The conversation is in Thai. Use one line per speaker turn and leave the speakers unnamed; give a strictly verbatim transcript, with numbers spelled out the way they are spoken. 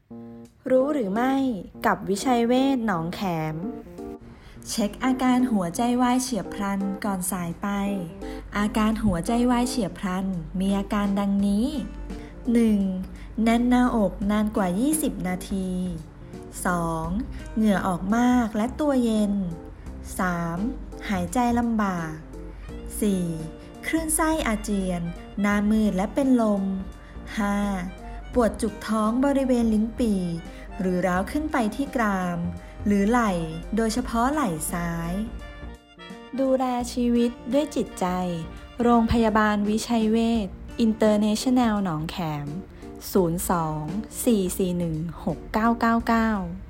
รู้หรือไม่กับวิชัยเวชหนองแขมเช็คอาการหัวใจวายเฉียบพลันก่อนสายไปอาการหัวใจวายเฉียบพลันมีอาการดังนี้ หนึ่ง แน่นหน้าอกนานกว่ายี่สิบนาที สอง เหงื่อออกมากและตัวเย็น สาม หายใจลำบาก สี่ คลื่นไส้อาเจียนหน้ามืดและเป็นลม ห้า ปวดจุกท้องบริเวณลิ้นปี่หรือร้าวขึ้นไปที่กรามหรือไหล่โดยเฉพาะไหล่ซ้ายดูแลชีวิตด้วยจิตใจโรงพยาบาลวิชัยเวชอินเตอร์เนชั่นแนลหนองแขมศูนย์ สอง สี่ สี่ หนึ่ง หก เก้า เก้า เก้า